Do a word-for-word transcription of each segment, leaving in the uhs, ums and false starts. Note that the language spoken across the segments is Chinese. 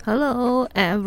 Hello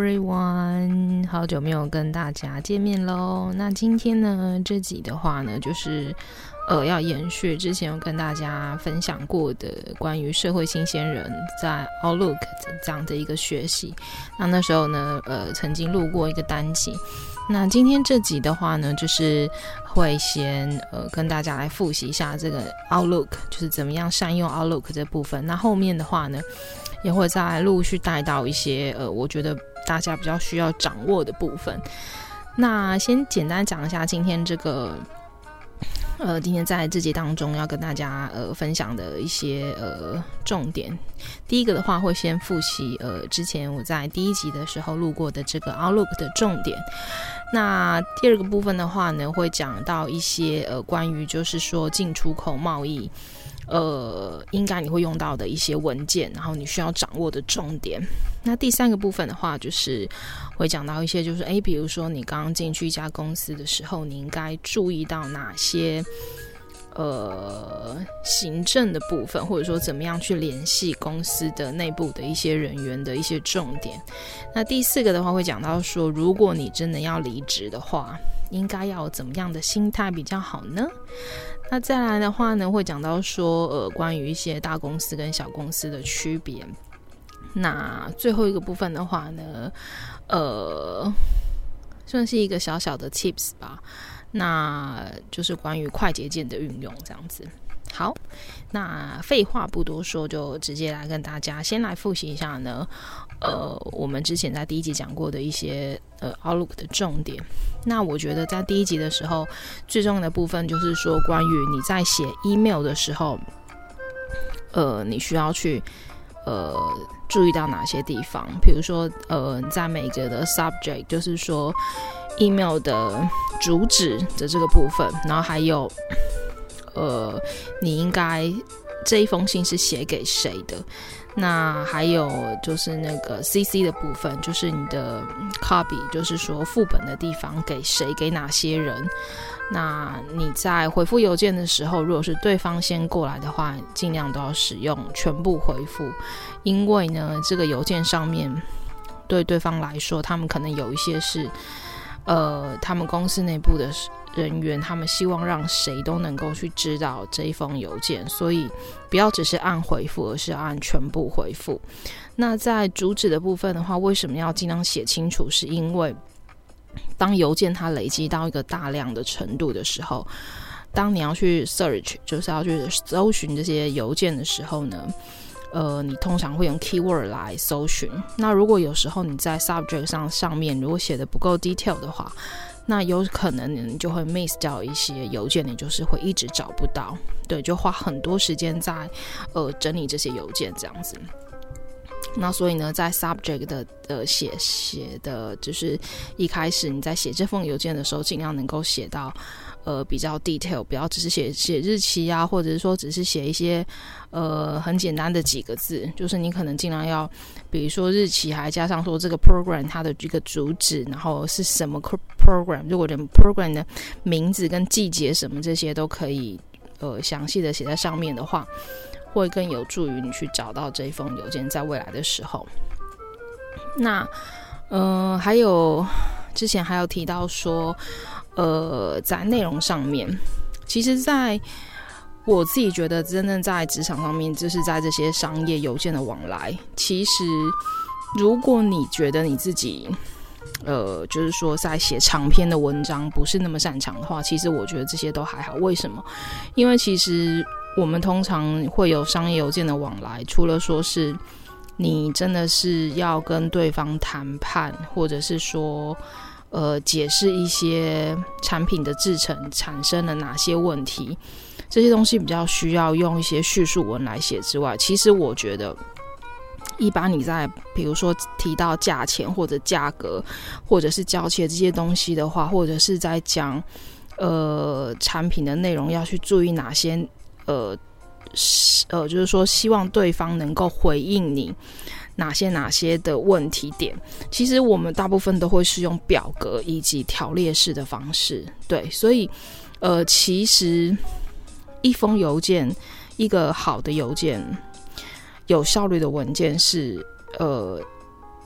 everyone， 好久没有跟大家见面咯。那今天呢，这集的话呢，就是呃要延续之前有跟大家分享过的关于社会新鲜人在 Outlook 这样的一个学习。那那时候呢，呃曾经录过一个单集。那今天这集的话呢，就是会先呃跟大家来复习一下这个 Outlook， 就是怎么样善用 Outlook 这部分。那后面的话呢，也会再陆续带到一些呃，我觉得大家比较需要掌握的部分。那先简单讲一下今天这个，呃，今天在这节当中要跟大家呃分享的一些呃重点。第一个的话，会先复习呃之前我在第一集的时候录过的这个 Outlook 的重点。那第二个部分的话呢，会讲到一些呃关于就是说进出口贸易。呃，应该你会用到的一些文件，然后你需要掌握的重点。那第三个部分的话，就是会讲到一些，就是诶，比如说你刚刚进去一家公司的时候，你应该注意到哪些呃行政的部分，或者说怎么样去联系公司的内部的一些人员的一些重点。那第四个的话，会讲到说，如果你真的要离职的话，应该要有怎么样的心态比较好呢？那再来的话呢，会讲到说呃，关于一些大公司跟小公司的区别。那最后一个部分的话呢，呃，算是一个小小的 tips 吧，那就是关于快捷键的运用这样子。好，那废话不多说，就直接来跟大家先来复习一下呢，呃，我们之前在第一集讲过的一些呃 Outlook 的重点。那我觉得在第一集的时候，最重要的部分就是说，关于你在写 email 的时候，呃，你需要去呃注意到哪些地方，比如说呃，在每个的 subject， 就是说 email 的主旨的这个部分，然后还有。呃，你应该这一封信是写给谁的？那还有就是那个 C C 的部分，就是你的 copy， 就是说副本的地方给谁，给哪些人？那你在回复邮件的时候，如果是对方先过来的话，尽量都要使用全部回复，因为呢，这个邮件上面对对方来说，他们可能有一些是呃，他们公司内部的人员，他们希望让谁都能够去知道这一封邮件，所以不要只是按回复，而是按全部回复。那在主旨的部分的话，为什么要尽量写清楚？是因为当邮件它累积到一个大量的程度的时候，当你要去 search， 就是要去搜寻这些邮件的时候呢，呃，你通常会用 keyword 来搜寻。那如果有时候你在 subject 上上面如果写的不够 detail 的话，那有可能你就会 miss 掉一些邮件，你就是会一直找不到，对，就花很多时间在呃整理这些邮件这样子。那所以呢，在 subject 的呃写写的，就是一开始你在写这封邮件的时候，尽量能够写到呃比较 detail， 不要只是写写日期啊，或者是说只是写一些呃很简单的几个字，就是你可能尽量要，比如说日期，还加上说这个 program 它的这个主旨，然后是什么 program， 如果连 program 的名字跟季节什么这些都可以呃详细的写在上面的话，会更有助于你去找到这一封邮件在未来的时候。那呃还有之前还有提到说呃在内容上面，其实在我自己觉得真正在职场上面，就是在这些商业邮件的往来，其实如果你觉得你自己呃，就是说在写长篇的文章不是那么擅长的话，其实我觉得这些都还好。为什么？因为其实我们通常会有商业邮件的往来，除了说是你真的是要跟对方谈判，或者是说呃解释一些产品的制成产生了哪些问题，这些东西比较需要用一些叙述文来写之外，其实我觉得一般你在比如说提到价钱或者价格或者是交期这些东西的话，或者是在讲呃产品的内容要去注意哪些呃呃就是说希望对方能够回应你哪些哪些的问题点，其实我们大部分都会是用表格以及条列式的方式，对，所以呃其实一封邮件，一个好的邮件，有效率的文件是呃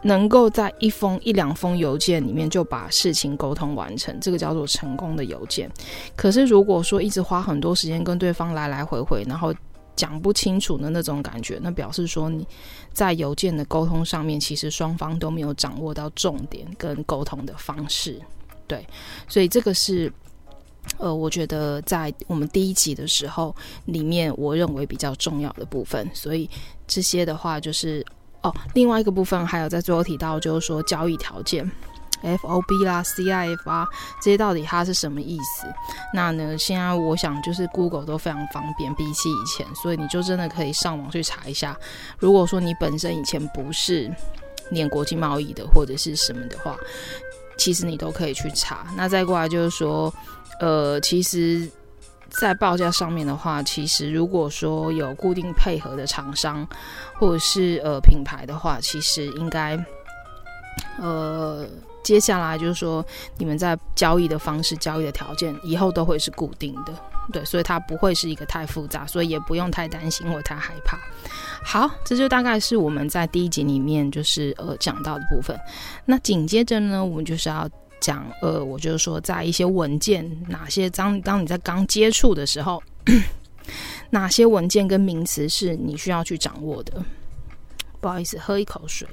能够在一封一两封邮件里面就把事情沟通完成，这个叫做成功的邮件。可是如果说一直花很多时间跟对方来来回回，然后讲不清楚的那种感觉，那表示说你在邮件的沟通上面，其实双方都没有掌握到重点跟沟通的方式。对，所以这个是呃，我觉得在我们第一集的时候里面，我认为比较重要的部分。所以这些的话就是哦，另外一个部分还有在最后提到，就是说交易条件 F O B 啦 C I F 啊，这些到底它是什么意思？那呢，现在我想就是 Google 都非常方便，比起以前，所以你就真的可以上网去查一下。如果说你本身以前不是念国际贸易的或者是什么的话，其实你都可以去查。那再过来就是说呃，其实在报价上面的话，其实如果说有固定配合的厂商或者是呃品牌的话，其实应该呃接下来就是说你们在交易的方式、交易的条件以后都会是固定的，对，所以它不会是一个太复杂，所以也不用太担心或太害怕。好，这就大概是我们在第一集里面就是呃讲到的部分。那紧接着呢，我们就是要讲呃，我就是说在一些文件，哪些当当你在刚接触的时候，哪些文件跟名词是你需要去掌握的。不好意思，喝一口水。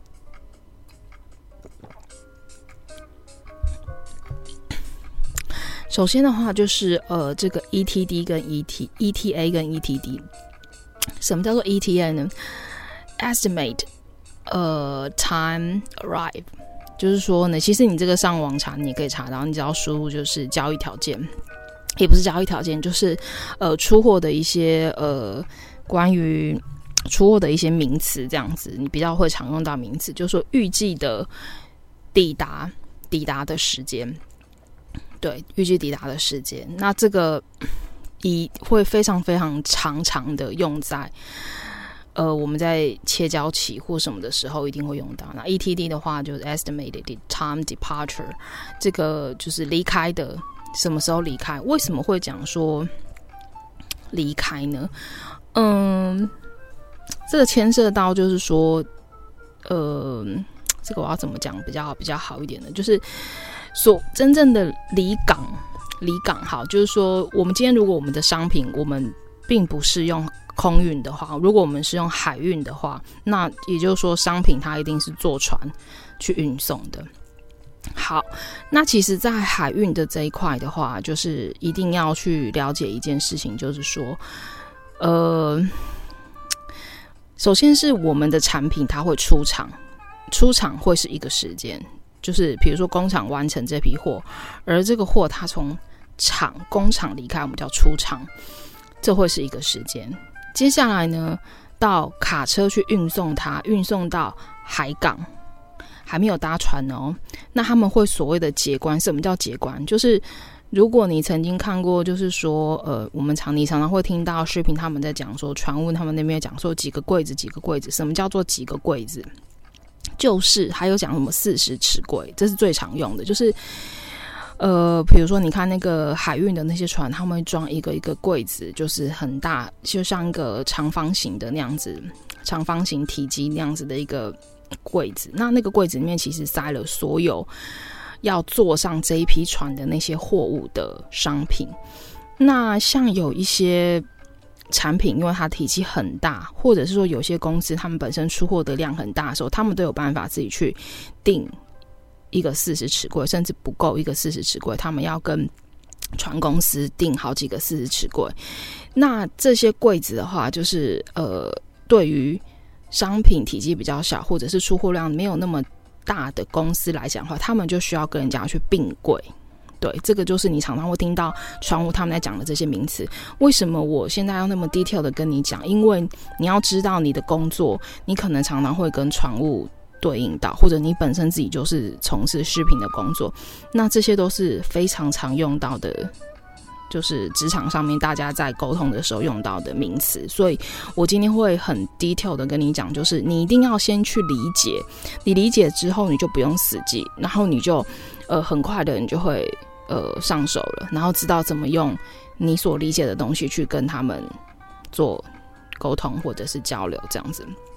首先的话就是呃，这个 E T D 跟 E T E T A 跟 E T D。什么叫做 E T A 呢？ Estimate 呃 time arrive， 就是说呢，其实你这个上网查你也可以查到，你只要输入就是交易条件，也不是交易条件，就是呃出货的一些呃关于出货的一些名词，这样子你比较会常用到名词，就是说预计的抵达抵达的时间，对，预计抵达的时间。那这个以会非常非常常常的用在呃我们在切交期或什么的时候一定会用到。那 E T D 的话就是 Estimated Time Departure， 这个就是离开的什么时候离开。为什么会讲说离开呢？嗯，这个牵涉到就是说呃这个我要怎么讲比较比较好一点呢？就是所真正的离港离港好，就是说我们今天如果我们的商品我们并不是用空运的话，如果我们是用海运的话，那也就是说商品它一定是坐船去运送的。好，那其实在海运的这一块的话，就是一定要去了解一件事情，就是说呃，首先是我们的产品它会出厂，出厂会是一个时间，就是比如说工厂完成这批货，而这个货它从厂工厂离开，我们叫出厂，这会是一个时间。接下来呢，到卡车去运送它，运送到海港，还没有搭船哦。那他们会所谓的结关，什么叫结关？就是如果你曾经看过，就是说呃，我们常你常常会听到视频他们在讲说，船务他们那边讲说几个柜子几个柜子，什么叫做几个柜子？就是还有讲什么四十尺柜，这是最常用的，就是呃，比如说你看那个海运的那些船，他们会装一个一个柜子，就是很大，就像一个长方形的那样子，长方形体积那样子的一个柜子。那那个柜子里面其实塞了所有要坐上这一批船的那些货物的商品。那像有一些产品因为它体积很大，或者是说有些公司他们本身出货的量很大的时候，他们都有办法自己去订一个四十尺柜，甚至不够一个四十尺柜，他们要跟船公司订好几个四十尺柜。那这些柜子的话，就是呃，对于商品体积比较小或者是出货量没有那么大的公司来讲的话，他们就需要跟人家去并柜。对，这个就是你常常会听到船务他们在讲的这些名词。为什么我现在要那么 detail 的跟你讲？因为你要知道你的工作，你可能常常会跟船务对应到，或者你本身自己就是从事食品的工作，那这些都是非常常用到的，就是职场上面大家在沟通的时候用到的名词。所以我今天会很 detail 的跟你讲，就是你一定要先去理解，你理解之后你就不用死记，然后你就呃很快的你就会呃上手了，然后知道怎么用你所理解的东西去跟他们做沟通或者是交流这样子。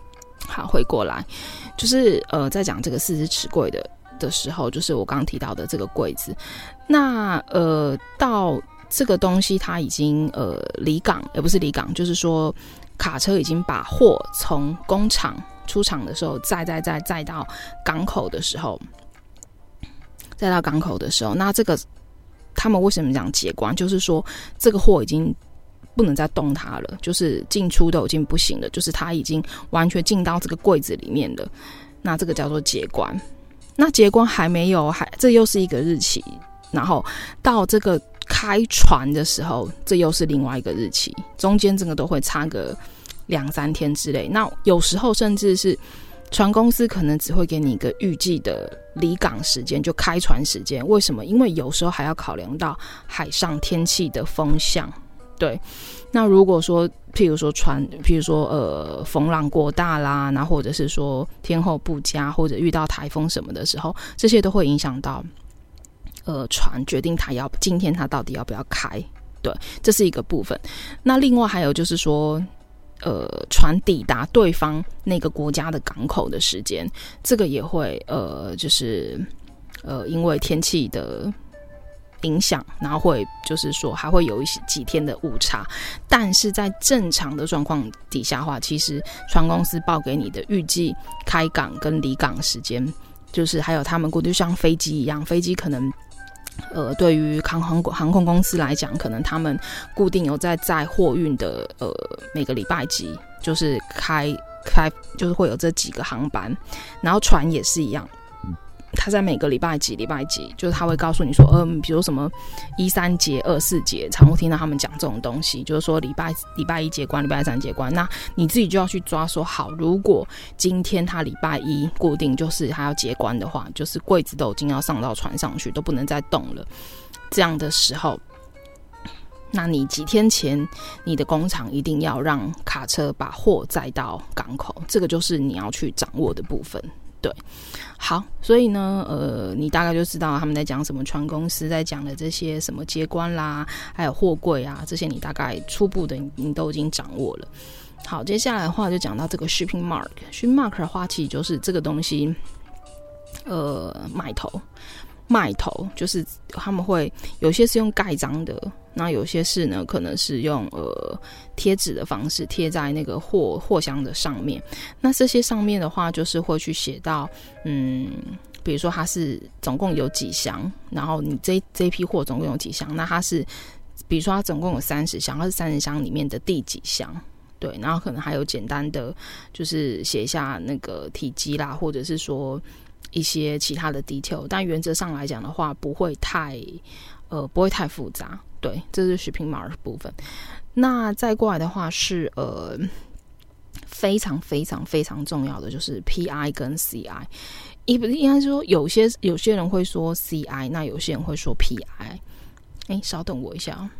好，回过来，就是呃，在讲这个四只尺柜的的时候，就是我刚刚提到的这个柜子。那呃，到这个东西它已经呃离港，也不是离港，就是说卡车已经把货从工厂出厂的时候，再再再再到港口的时候，再到港口的时候，那这个他们为什么讲结关？就是说这个货已经不能再动它了，就是进出都已经不行了，就是它已经完全进到这个柜子里面了。那这个叫做结关。那结关还没有，还这又是一个日期，然后到这个开船的时候，这又是另外一个日期，中间这个都会差个两三天之类。那有时候甚至是船公司可能只会给你一个预计的离港时间，就开船时间。为什么？因为有时候还要考量到海上天气的风向。对，那如果说譬如说船譬如说呃风浪过大啦，然后或者是说天候不佳，或者遇到台风什么的时候，这些都会影响到呃船决定它要今天它到底要不要开。对，这是一个部分。那另外还有就是说呃船抵达对方那个国家的港口的时间，这个也会呃就是呃因为天气的影响，然后会就是说还会有一些几天的误差。但是在正常的状况底下的话，其实船公司报给你的预计开港跟离港时间，就是还有他们就像飞机一样，飞机可能呃对于航航航空公司来讲，可能他们固定有在载货运的呃每个礼拜几就是开开就是会有这几个航班，然后船也是一样，他在每个礼拜几礼拜几，就是他会告诉你说，嗯，比如什么一三节、二四节，常会听到他们讲这种东西，就是说礼拜礼拜一结关，礼拜三结关。那你自己就要去抓说，好，如果今天他礼拜一固定就是他要结关的话，就是柜子都已经要上到船上去，都不能再动了。这样的时候，那你几天前你的工厂一定要让卡车把货载到港口，这个就是你要去掌握的部分。对，好，所以呢，呃，你大概就知道他们在讲什么，船公司在讲的这些什么接关啦，还有货柜啊，这些你大概初步的 你, 你都已经掌握了。好，接下来的话就讲到这个 shipping mark。shipping mark 的话，其实就是这个东西，呃，码头。卖头就是他们会有些是用盖章的，那有些是呢可能是用呃贴纸的方式贴在那个货货箱的上面。那这些上面的话就是会去写到嗯比如说它是总共有几箱，然后你这这一批货总共有几箱，那它是比如说它总共有三十箱，它是三十箱里面的第几箱。对，然后可能还有简单的就是写一下那个体积啦，或者是说一些其他的 detail， 但原则上来讲的话不会太呃不会太复杂。对，这是 shipping mark 的部分。那再过来的话是呃非常非常非常重要的就是 P I 跟 C I。 应该是说有些有些人会说 C I， 那有些人会说 P I。 诶，稍等我一下哦。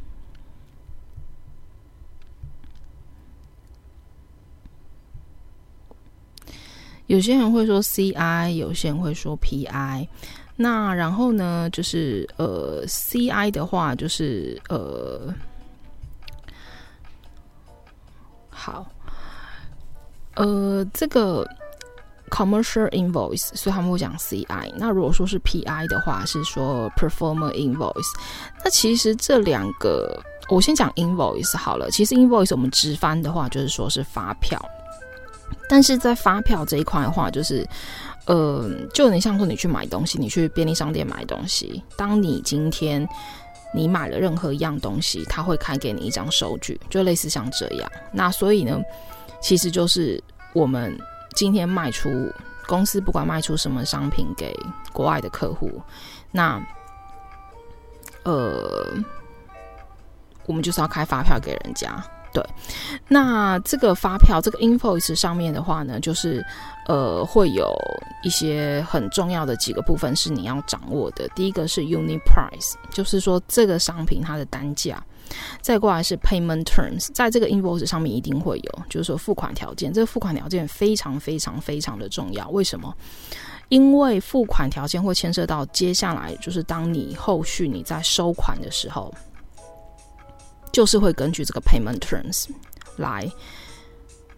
有些人会说 C I， 有些人会说 P I。 那然后呢就是呃 C I 的话就是呃好呃这个 commercial invoice， 所以他们会讲 C I。 那如果说是 P I 的话是说 performer invoice。 那其实这两个我先讲 invoice 好了。其实 invoice 我们直翻的话就是说是发票，但是在发票这一块的话，就是呃，就有点像说你去买东西，你去便利商店买东西，当你今天你买了任何一样东西，他会开给你一张收据，就类似像这样。那所以呢，其实就是我们今天卖出公司不管卖出什么商品给国外的客户，那呃，我们就是要开发票给人家。对，那这个发票这个 invoice 上面的话呢，就是呃会有一些很重要的几个部分是你要掌握的。第一个是 unit price， 就是说这个商品它的单价。再过来是 payment terms， 在这个 invoice 上面一定会有，就是说付款条件。这个付款条件非常非常非常的重要。为什么？因为付款条件会牵涉到接下来就是当你后续你在收款的时候，就是会根据这个 payment terms 来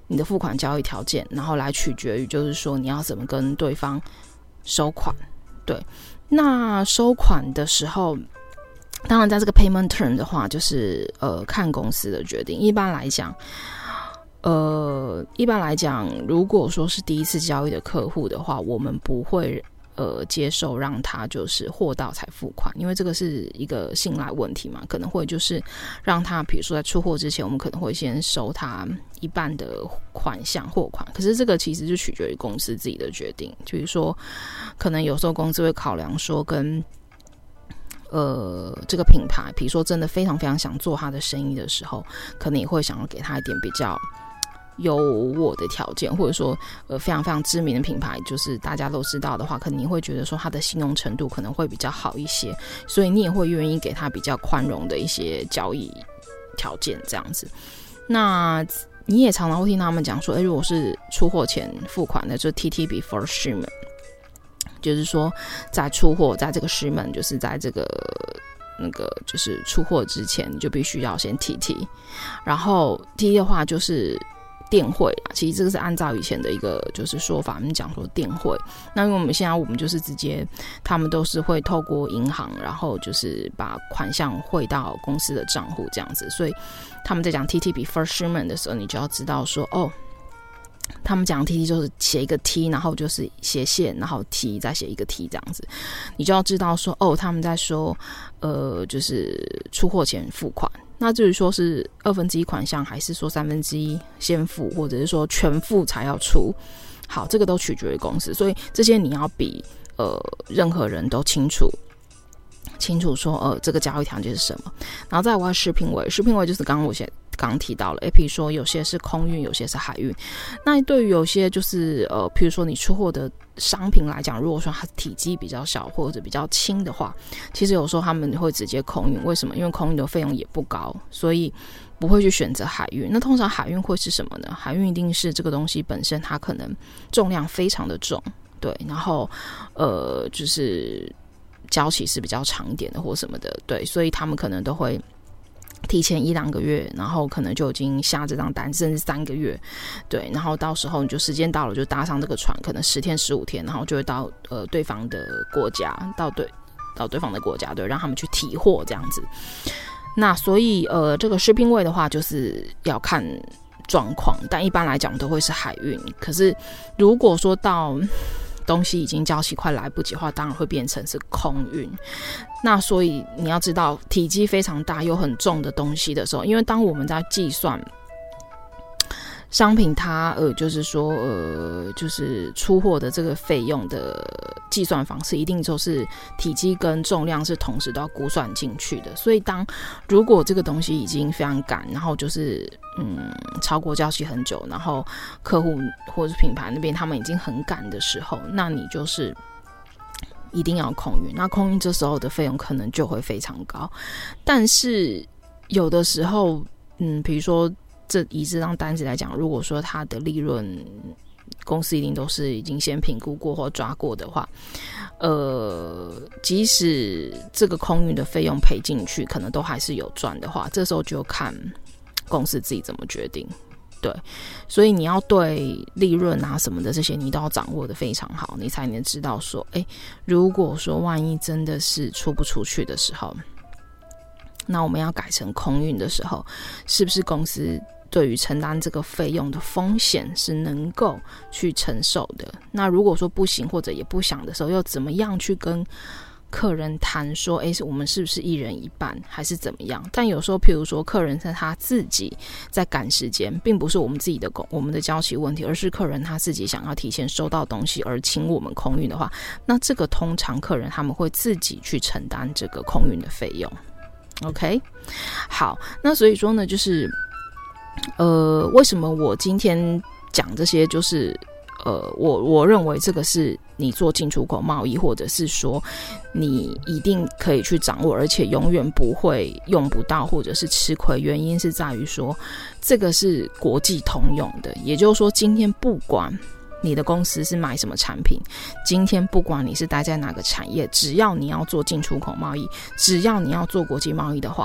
你的付款交易条件，然后来取决于就是说你要怎么跟对方收款。对，那收款的时候，当然在这个 payment term 的话，就是呃看公司的决定。一般来讲，呃一般来讲，如果说是第一次交易的客户的话，我们不会呃，接受让他就是货到才付款，因为这个是一个信赖问题嘛，可能会就是让他，比如说在出货之前，我们可能会先收他一半的款项货款，可是这个其实就取决于公司自己的决定，就是说，可能有时候公司会考量说跟呃这个品牌，比如说真的非常非常想做他的生意的时候，可能也会想要给他一点比较有我的条件，或者说呃非常非常知名的品牌，就是大家都知道的话，可能你会觉得说它的信用程度可能会比较好一些，所以你也会愿意给他比较宽容的一些交易条件这样子。那你也常常会听他们讲说，诶，如果是出货前付款的，就 T T before shipment， 就是说在出货，在这个 shipment， 就是在这个那个就是出货之前，你就必须要先 T T， 然后 T T 的话就是电汇啦，其实这个是按照以前的一个就是说法，我们讲说电汇。那因为我们现在我们就是直接，他们都是会透过银行，然后就是把款项汇到公司的账户这样子，所以他们在讲 T T before shipment 的时候，你就要知道说，哦，他们讲 T T 就是写一个 T， 然后就是斜线，然后 T 再写一个 T 这样子，你就要知道说，哦，他们在说，呃，就是出货前付款。那至于说是二分之一款项，还是说三分之一先付，或者是说全付才要出，好，这个都取决于公司，所以这些你要比呃任何人都清楚。清楚说呃这个交易条件是什么，然后再我要视频位，视频位就是刚刚我先刚刚提到了，比如说有些是空运，有些是海运。那对于有些就是呃，比如说你出货的商品来讲，如果说它体积比较小或者比较轻的话，其实有时候他们会直接空运。为什么？因为空运的费用也不高，所以不会去选择海运。那通常海运会是什么呢？海运一定是这个东西本身它可能重量非常的重，对，然后呃就是交期是比较长一点的或什么的，对，所以他们可能都会提前一两个月，然后可能就已经下这张单，甚至三个月，对，然后到时候你就时间到了就搭上这个船，可能十天十五天，然后就会到呃对方的国家，到对到对方的国家，对，让他们去提货这样子。那所以呃这个shipping way的话，就是要看状况，但一般来讲都会是海运。可是如果说到东西已经交期快来不及的话，当然会变成是空运。那所以你要知道，体积非常大又很重的东西的时候，因为当我们在计算商品它呃就是说呃就是出货的这个费用的计算方式，一定就是体积跟重量是同时都要估算进去的。所以当如果这个东西已经非常赶，然后就是嗯超过交期很久，然后客户或者是品牌那边他们已经很赶的时候，那你就是一定要空运。那空运这时候的费用可能就会非常高。但是有的时候嗯比如说这以这张单子来讲，如果说它的利润公司一定都是已经先评估过或抓过的话，呃，即使这个空运的费用赔进去，可能都还是有赚的话，这时候就看公司自己怎么决定。对，所以你要对利润啊什么的这些你都要掌握的非常好，你才能知道说，哎，如果说万一真的是出不出去的时候，那我们要改成空运的时候，是不是公司对于承担这个费用的风险是能够去承受的？那如果说不行或者也不想的时候，又怎么样去跟客人谈说，诶，我们是不是一人一半还是怎么样？但有时候譬如说客人是他自己在赶时间，并不是我们自己的我们的交期问题，而是客人他自己想要提前收到东西而请我们空运的话，那这个通常客人他们会自己去承担这个空运的费用。 OK， 好，那所以说呢，就是呃，为什么我今天讲这些，就是呃，我我认为这个是你做进出口贸易，或者是说你一定可以去掌握，而且永远不会用不到或者是吃亏。原因是在于说，这个是国际通用的，也就是说，今天不管你的公司是卖什么产品，今天不管你是待在哪个产业，只要你要做进出口贸易，只要你要做国际贸易的话，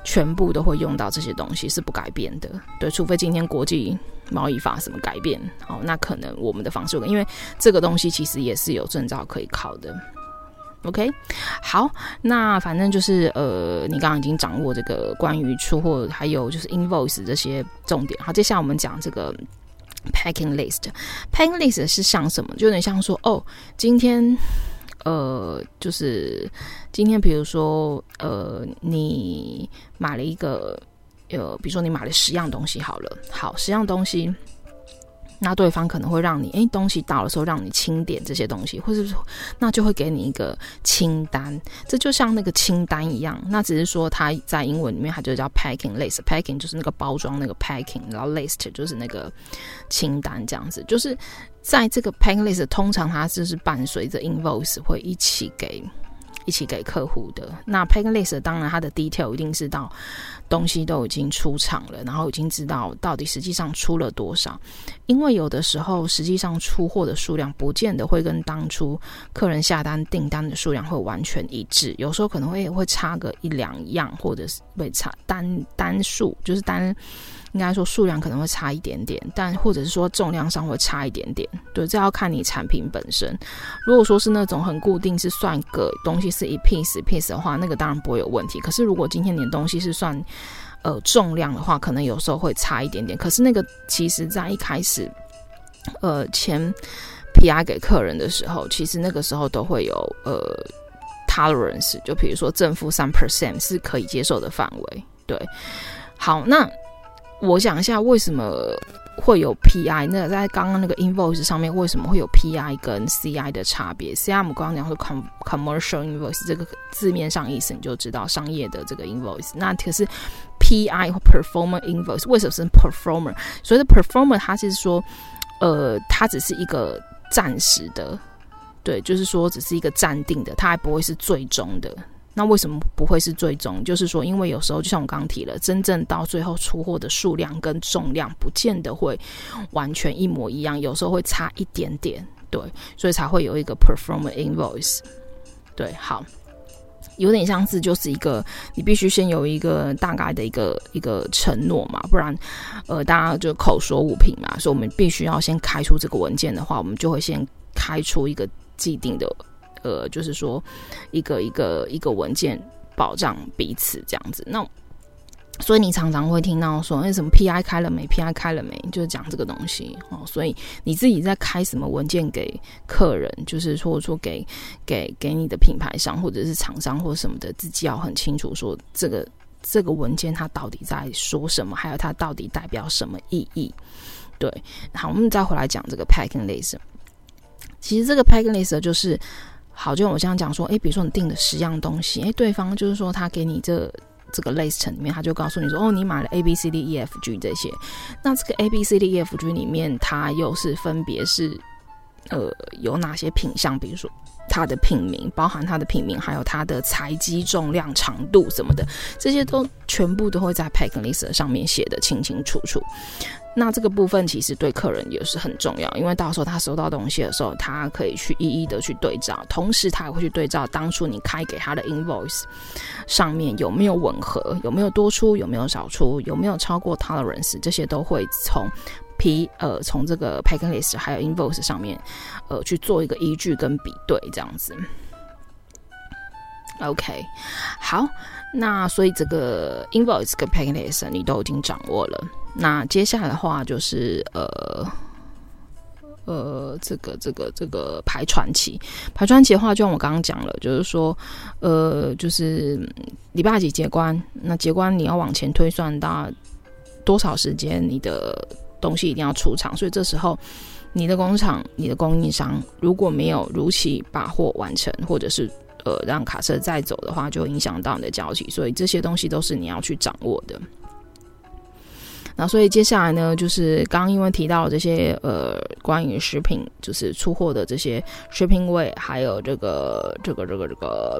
全部都会用到这些东西，是不改变的。对，除非今天国际贸易法什么改变，好，那可能我们的方式，因为这个东西其实也是有证照可以考的。OK， 好，那反正就是呃，你刚刚已经掌握这个关于出货还有就是 invoice 这些重点。好，接下来我们讲这个 packing list。packing list 是像什么？就有点像说，哦，今天呃，就是今天比如说呃，你买了一个呃，比如说你买了十样东西好了，好，十样东西。那对方可能会让你，哎，东西到的时候让你清点这些东西，或者说，那就会给你一个清单，这就像那个清单一样。那只是说它在英文里面它就叫 packing list，packing 就是那个包装那个 packing， 然后 list 就是那个清单这样子。就是在这个 packing list， 通常它就是伴随着 invoice 会一起给。一起给客户的。那 packing list 当然它的 detail 一定是到东西都已经出厂了，然后已经知道到底实际上出了多少。因为有的时候实际上出货的数量不见得会跟当初客人下单订单的数量会完全一致，有时候可能会会差个一两样，或者是会差单单数，就是单应该说数量可能会差一点点，但或者是说重量上会差一点点。对，这要看你产品本身。如果说是那种很固定是算个东西是一 piece 一 piece 的话，那个当然不会有问题。可是如果今天你的东西是算呃重量的话，可能有时候会差一点点。可是那个其实在一开始呃前 P I 给客人的时候，其实那个时候都会有呃 tolerance， 就比如说正负 百分之三 是可以接受的范围。对，好，那我想一下为什么会有 P I， 那在刚刚那个 invoice 上面为什么会有 P I 跟 C I 的差别？ C I 我们刚刚讲说 commercial invoice 这个字面上意思你就知道商业的这个 invoice， 那可是 P I 或 performer invoice 为什么是 performer？ 所以的 performer 它是说呃，它只是一个暂时的，对，就是说只是一个暂定的，它还不会是最终的。那为什么不会是最终？就是说因为有时候就像我刚刚提了，真正到最后出货的数量跟重量不见得会完全一模一样，有时候会差一点点，对，所以才会有一个 performer invoice。 对，好，有点像是就是一个你必须先有一个大概的一个一个承诺嘛，不然呃大家就口说无凭嘛，所以我们必须要先开出这个文件的话，我们就会先开出一个既定的呃，就是说一个一个一个文件保障彼此这样子。那所以你常常会听到说，哎，什么 P I 开了没 ？P I 开了没？就是讲这个东西哦。所以你自己在开什么文件给客人，就是或者说给给给你的品牌商或者是厂商或什么的，自己要很清楚说这个这个文件它到底在说什么，还有它到底代表什么意义。对，好，我们再回来讲这个 packing list。其实这个 packing list 就是好，就我这样讲说，哎，比如说你订的十样东西，哎，对方就是说他给你这这个 list 里面，他就告诉你说，哦，你买了 A B C D E F G 这些，那这个 A B C D E F G 里面，它又是分别是呃有哪些品项，比如说它的品名，包含它的品名，还有它的材积、重量、长度什么的，这些都全部都会在 packing list 上面写得清清楚楚。那这个部分其实对客人也是很重要，因为到时候他收到东西的时候，他可以去一一的去对照，同时他也会去对照当初你开给他的 invoice 上面有没有吻合，有没有多出，有没有少出，有没有超过 tolerance， 这些都会从 P 呃从这个 packing list 还有 invoice 上面呃去做一个依据跟比对这样子。OK， 好，那所以这个 invoice 跟 packing list 你都已经掌握了。那接下来的话就是呃呃这个这个这个排船期，排船期的话，就像我刚刚讲了，就是说呃就是礼拜几结关，那结关你要往前推算到多少时间，你的东西一定要出厂，所以这时候你的工厂、你的供应商如果没有如期把货完成，或者是呃让卡车再走的话，就影响到你的交期，所以这些东西都是你要去掌握的。那所以接下来呢，就是刚刚因为提到这些呃关于食品就是出货的这些 shipping weight， 还有这个这个这个这个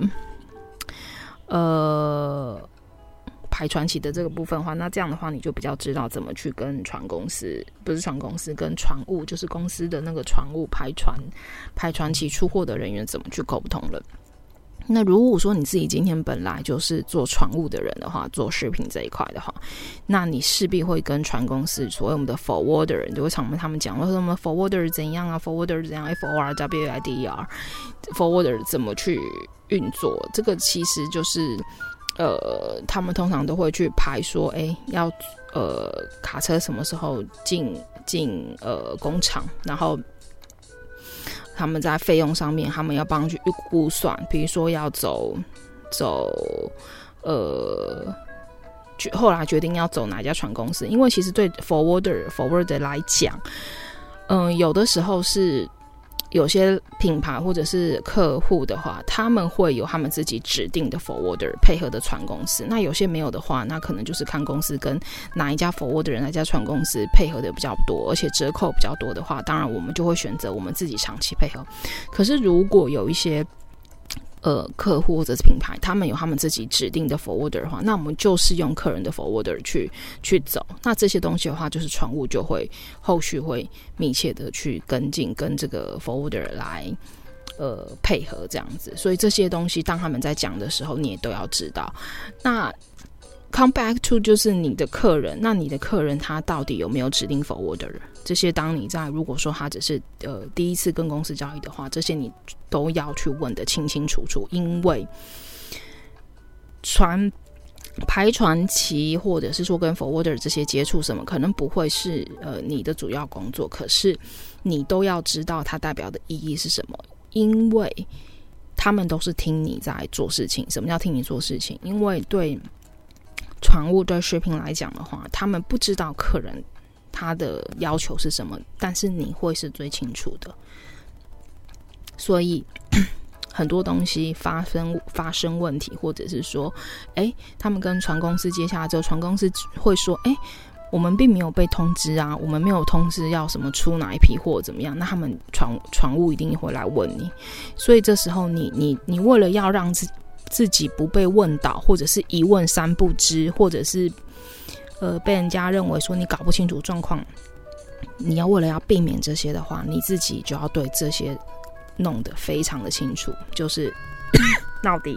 呃排船期的这个部分的话，那这样的话你就比较知道怎么去跟船公司，不是船公司，跟船务，就是公司的那个船务排船排船期出货的人员怎么去沟通了。 那如果说你自己今天本来就是做船务的人的话，做食品这一块的话，那你势必会跟船公司，所谓我们的 forwarder， 就会常跟他们讲，说什么 forwarder 怎样啊 ，forwarder 怎样 ，F O R W I D E R，forwarder 怎么去运作？这个其实就是呃，他们通常都会去排说，哎，要呃卡车什么时候进进呃工厂，然后他们在费用上面，他们要帮去估算，比如说要走走呃，后来决定要走哪一家船公司，因为其实对 forwarder forwarder 来讲，嗯、呃，有的时候是有些品牌或者是客户的话，他们会有他们自己指定的 forwarder 配合的船公司，那有些没有的话，那可能就是看公司跟哪一家 forwarder 哪一家船公司配合的比较多，而且折扣比较多的话，当然我们就会选择我们自己长期配合。可是如果有一些呃客户或者是品牌，他们有他们自己指定的 forwarder 的话，那我们就是用客人的 forwarder 去去走。那这些东西的话，就是船务就会后续会密切的去跟进，跟这个 forwarder 来呃配合这样子。所以这些东西当他们在讲的时候，你也都要知道。那 come back to 就是你的客人，那你的客人他到底有没有指定 forwarder？ 这些当你在如果说他只是呃第一次跟公司交易的话，这些你都要去问得清清楚楚，因为船排船期或者是说跟 forwarder 这些接触什么，可能不会是呃你的主要工作，可是你都要知道它代表的意义是什么，因为他们都是听你在做事情。什么叫听你做事情？因为对船务对shipping来讲的话，他们不知道客人他的要求是什么，但是你会是最清楚的。所以很多东西发生发生问题，或者是说哎，他们跟船公司接下来之后，船公司会说哎，我们并没有被通知啊，我们没有通知要什么出哪一批货怎么样，那他们船船务一定会来问你。所以这时候你你你为了要让自己自己不被问倒，或者是一问三不知，或者是呃被人家认为说你搞不清楚状况，你要为了要避免这些的话，你自己就要对这些弄得非常的清楚，就是到底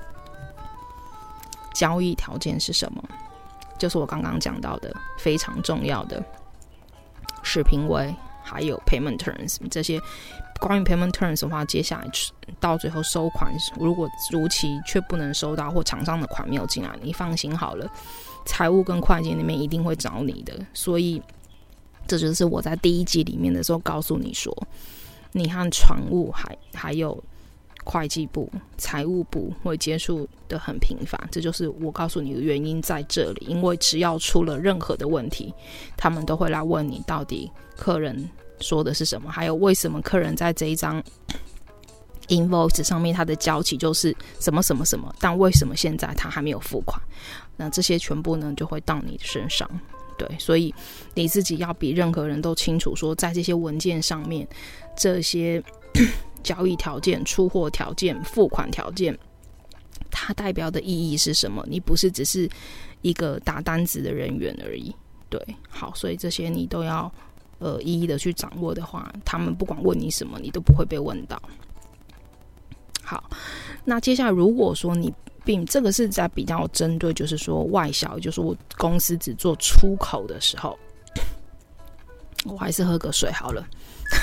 交易条件是什么，就是我刚刚讲到的非常重要的视频位还有 payment terms。 这些关于 payment terms 的话，接下来到最后收款如果如期却不能收到，或厂商的款没有进来，你放心好了，财务跟会计那边一定会找你的。所以这就是我在第一集里面的时候告诉你说，你和船务还还有会计部、财务部会接触的很频繁，这就是我告诉你的原因在这里。因为只要出了任何的问题，他们都会来问你到底客人说的是什么，还有为什么客人在这一张 invoice 上面他的交期就是什么什么什么，但为什么现在他还没有付款。那这些全部呢就会到你的身上。对，所以你自己要比任何人都清楚说，在这些文件上面，这些交易条件、出货条件、付款条件，它代表的意义是什么。你不是只是一个打单子的人员而已。对，好，所以这些你都要呃一一的去掌握的话，他们不管问你什么，你都不会被问到。好，那接下来如果说你并这个是在比较针对就是说外销，就是我公司只做出口的时候，我还是喝个水好了。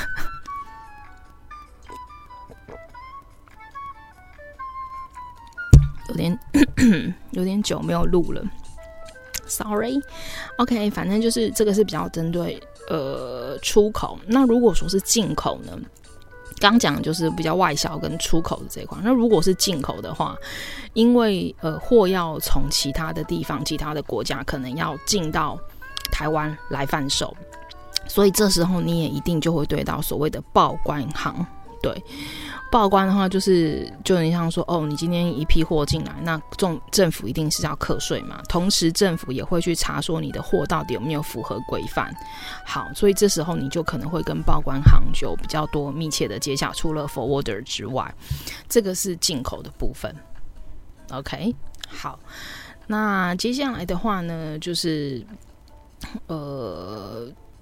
有点有点久没有录了 ，sorry。OK， 反正就是这个是比较针对呃出口。那如果说是进口呢？刚讲的就是比较外销跟出口的这一块。那如果是进口的话，因为呃货要从其他的地方、其他的国家可能要进到台湾来贩售，所以这时候你也一定就会对到所谓的报关行。对，报关的话就是就你像说哦，你今天一批货进来，那政府一定是要课税嘛，同时政府也会去查说你的货到底有没有符合规范。好，所以这时候你就可能会跟报关行就比较多密切的接洽，除了 forwarder 之外，这个是进口的部分。 OK， 好，那接下来的话呢，就是呃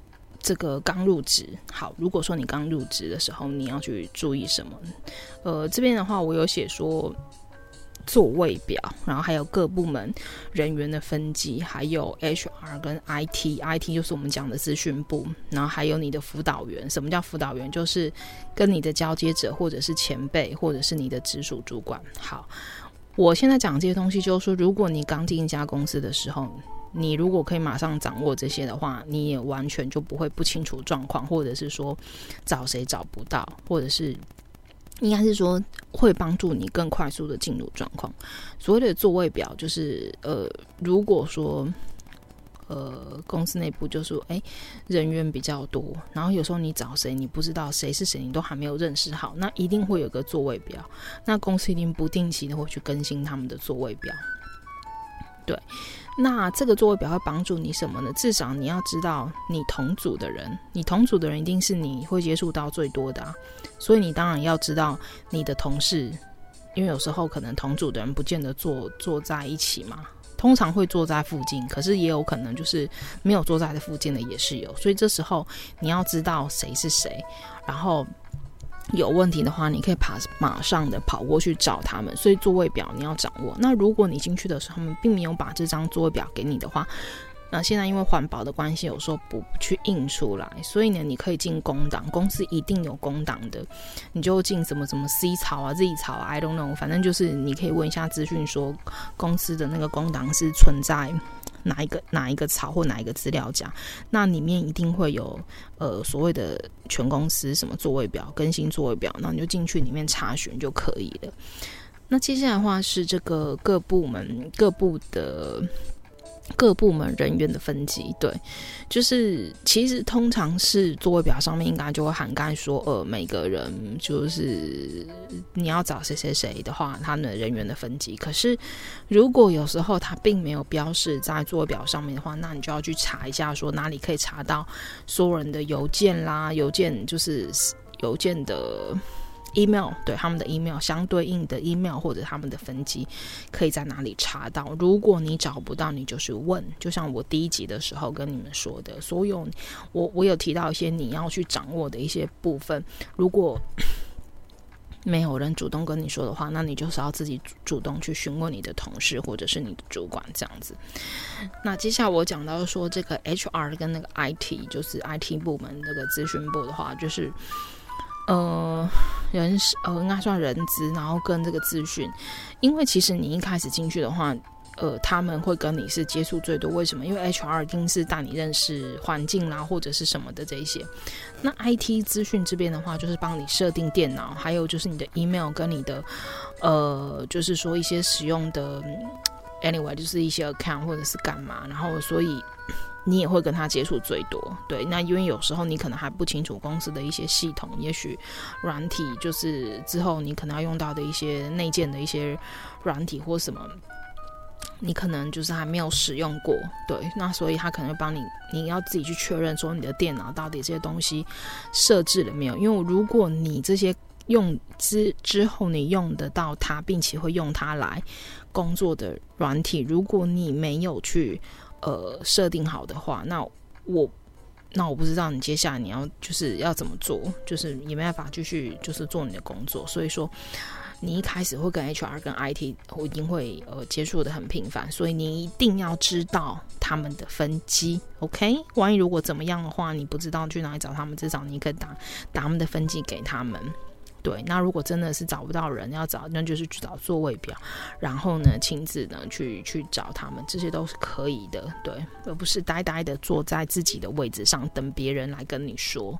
这个刚入职，好，如果说你刚入职的时候，你要去注意什么？呃，这边的话，我有写说座位表，然后还有各部门人员的分级，还有 H R 跟 I T，I T 就是我们讲的资讯部，然后还有你的辅导员。什么叫辅导员？就是跟你的交接者，或者是前辈，或者是你的直属主管。好，我现在讲这些东西，就是说，如果你刚进一家公司的时候，你如果可以马上掌握这些的话，你也完全就不会不清楚状况，或者是说找谁找不到，或者是应该是说会帮助你更快速的进入状况。所谓的座位表就是呃，如果说呃公司内部就说哎人员比较多，然后有时候你找谁你不知道谁是谁，你都还没有认识好，那一定会有个座位表，那公司一定不定期的会去更新他们的座位表。对，那这个座位表会帮助你什么呢？至少你要知道你同组的人，你同组的人一定是你会接触到最多的啊，所以你当然要知道你的同事，因为有时候可能同组的人不见得坐坐在一起嘛，通常会坐在附近，可是也有可能就是没有坐在的附近的也是有，所以这时候你要知道谁是谁，然后有问题的话你可以爬马上的跑过去找他们，所以座位表你要掌握。那如果你进去的时候他们并没有把这张座位表给你的话，那现在因为环保的关系有时候不去印出来，所以呢你可以进工档，公司一定有工档的，你就进什么什么 C 槽啊 Z 槽啊 I don't know， 反正就是你可以问一下资讯说公司的那个工档是存在哪一个哪一个槽或哪一个资料夹，那里面一定会有呃所谓的全公司什么座位表更新座位表，那你就进去里面查询就可以了。那接下来的话是这个各部门各部的各部门人员的分级，对，就是其实通常是座位表上面应该就会涵盖说呃每个人就是你要找谁谁谁的话他们的人员的分级，可是如果有时候他并没有标示在座位表上面的话，那你就要去查一下说哪里可以查到所有人的邮件啦，邮件就是邮件的email， 对，他们的 email 相对应的 email 或者他们的分级可以在哪里查到。如果你找不到，你就是问，就像我第一集的时候跟你们说的，所有我我有提到一些你要去掌握的一些部分，如果没有人主动跟你说的话，那你就是要自己主动去询问你的同事或者是你的主管这样子。那接下来我讲到说这个 H R 跟那个 I T， 就是 I T 部门这个资讯部的话，就是呃，人呃应该算人资，然后跟这个资讯，因为其实你一开始进去的话，呃，他们会跟你是接触最多。为什么？因为 H R 一定是带你认识环境啦，或者是什么的这一些。那 I T 资讯这边的话，就是帮你设定电脑，还有就是你的 email 跟你的呃，就是说一些使用的 anyway， 就是一些 account 或者是干嘛，然后所以你也会跟他接触最多。对，那因为有时候你可能还不清楚公司的一些系统，也许软体就是之后你可能要用到的一些内建的一些软体或什么，你可能就是还没有使用过。对，那所以他可能会帮你，你要自己去确认说你的电脑到底这些东西设置了没有，因为如果你这些用之之后你用得到它，并且会用它来工作的软体，如果你没有去呃设定好的话，那我那我不知道你接下来你要就是要怎么做，就是也没办法继续就是做你的工作。所以说你一开始会跟 H R 跟 I T 我一定会呃接触的很频繁，所以你一定要知道他们的分级 OK， 万一如果怎么样的话你不知道去哪里找他们，至少你可以打打他们的分级给他们。对，那如果真的是找不到人要找，那就是去找座位表，然后呢亲自呢去去找他们，这些都是可以的。对，而不是呆呆的坐在自己的位置上等别人来跟你说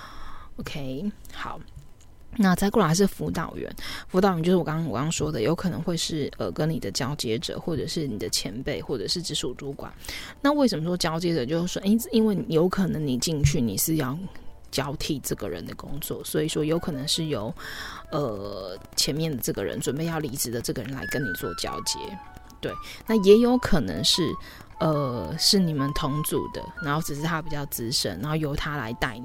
OK。 好，那再过来是辅导员。辅导员就是我刚刚我刚刚说的，有可能会是呃跟你的交接者，或者是你的前辈，或者是直属主管。那为什么说交接者？就是说诶因为有可能你进去你是要交替这个人的工作，所以说有可能是由呃前面的这个人准备要离职的这个人来跟你做交接。对，那也有可能是呃是你们同组的，然后只是他比较资深，然后由他来带你。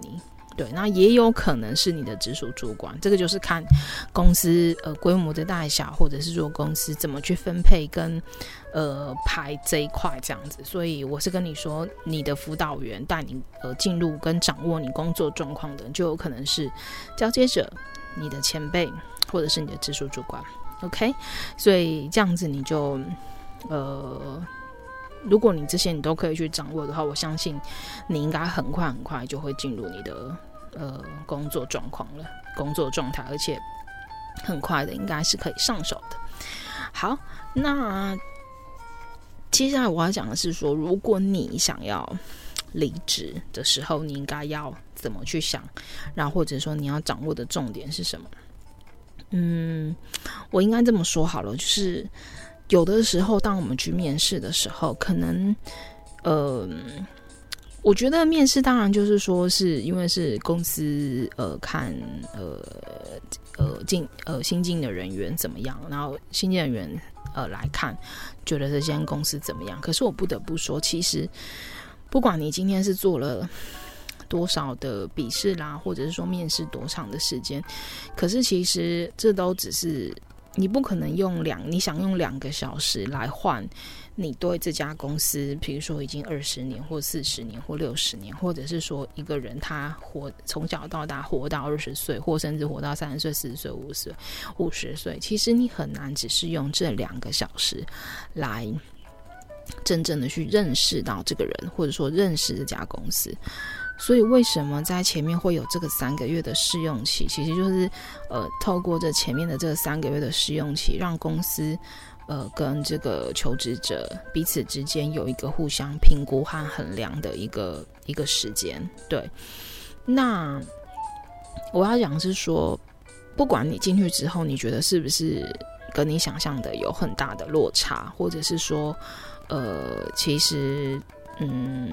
对，那也有可能是你的直属主管，这个就是看公司呃规模的大小，或者是说公司怎么去分配跟呃排这一块这样子。所以我是跟你说，你的辅导员带你呃进入跟掌握你工作状况的，就有可能是交接者、你的前辈，或者是你的直属主管。OK， 所以这样子你就呃。如果你这些你都可以去掌握的话，我相信你应该很快很快就会进入你的呃工作状况了，工作状态，而且很快的应该是可以上手的。好，那接下来我要讲的是说，如果你想要离职的时候，你应该要怎么去想，然后或者说你要掌握的重点是什么？嗯，我应该这么说好了，就是有的时候当我们去面试的时候，可能呃我觉得面试当然就是说是因为是公司呃看呃呃进呃新进的人员怎么样，然后新进人员呃来看觉得这间公司怎么样。可是我不得不说，其实不管你今天是做了多少的笔试啦，或者是说面试多长的时间，可是其实这都只是你不可能用两你想用两个小时来换你对这家公司，比如说已经二十年或四十年或六十年，或者是说一个人他活从小到大活到二十岁，或甚至活到三十岁、四十岁、五十岁、五十岁，其实你很难只是用这两个小时来真正的去认识到这个人，或者说认识这家公司。所以为什么在前面会有这个三个月的试用期？其实就是呃，透过这前面的这三个月的试用期，让公司呃跟这个求职者彼此之间有一个互相评估和衡量的一个一个时间。对，那我要讲的是说，不管你进去之后，你觉得是不是跟你想象的有很大的落差，或者是说呃，其实嗯。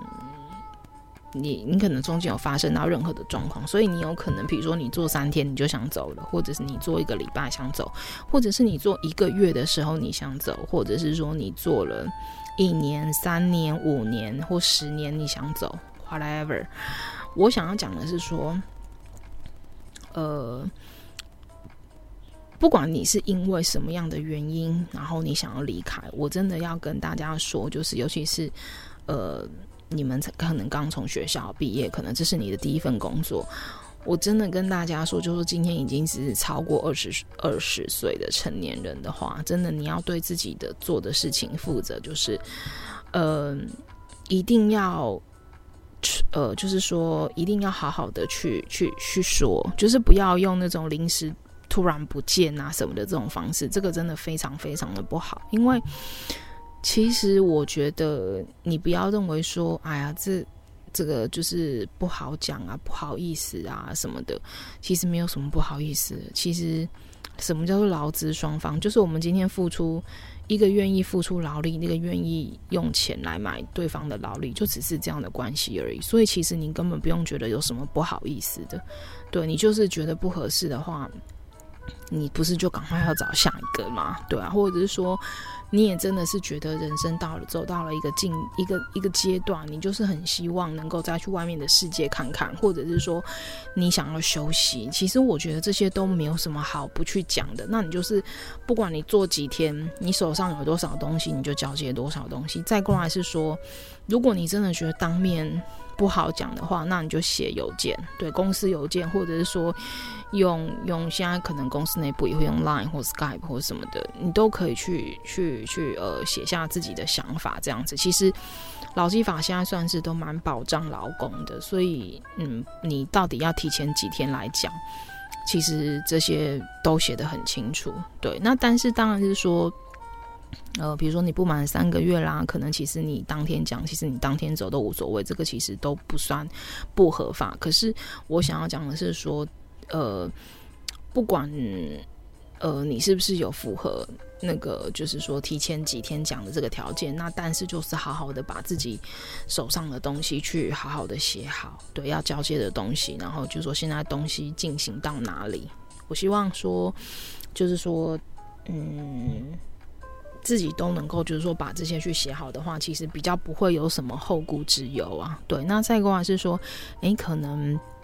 你你可能中间有发生到任何的状况，所以你有可能比如说你做三天你就想走了，或者是你做一个礼拜想走，或者是你做一个月的时候你想走，或者是说你做了一年、三年、五年或十年你想走 whatever。 我想要讲的是说呃，不管你是因为什么样的原因然后你想要离开，我真的要跟大家说，就是尤其是呃你们可能刚从学校毕业，可能这是你的第一份工作，我真的跟大家说，就是今天已经是超过二十二十岁的成年人的话，真的你要对自己的做的事情负责，就是呃一定要呃就是说一定要好好的去去去说，就是不要用那种临时突然不见啊什么的这种方式，这个真的非常非常的不好。因为其实我觉得你不要认为说哎呀这这个就是不好讲啊，不好意思啊什么的，其实没有什么不好意思的。其实什么叫做劳资双方，就是我们今天付出，一个愿意付出劳力，那个愿意用钱来买对方的劳力，就只是这样的关系而已。所以其实你根本不用觉得有什么不好意思的，对，你就是觉得不合适的话，你不是就赶快要找下一个吗？对啊，或者是说你也真的是觉得人生到了走到了一个进一个一个阶段，你就是很希望能够再去外面的世界看看，或者是说你想要休息，其实我觉得这些都没有什么好不去讲的。那你就是不管你做几天，你手上有多少东西你就交接多少东西。再过来是说，如果你真的觉得当面不好讲的话，那你就写邮件，对，公司邮件，或者是说用用现在可能公司内部也会用 Line 或 Skype 或什么的，你都可以去去去呃写下自己的想法这样子。其实劳基法现在算是都蛮保障劳工的，所以嗯，你到底要提前几天来讲，其实这些都写得很清楚。对，那但是当然是说呃，比如说你不满三个月啦，可能其实你当天讲，其实你当天走都无所谓，这个其实都不算不合法。可是我想要讲的是说，呃，不管呃你是不是有符合那个，就是说提前几天讲的这个条件，那但是就是好好的把自己手上的东西去好好的写好，对，要交接的东西，然后就说现在东西进行到哪里。我希望说，就是说，嗯。自己都能够就是说把这些去写好的话，其实比较不会有什么后顾之忧啊。对，那再过来是说，诶，可能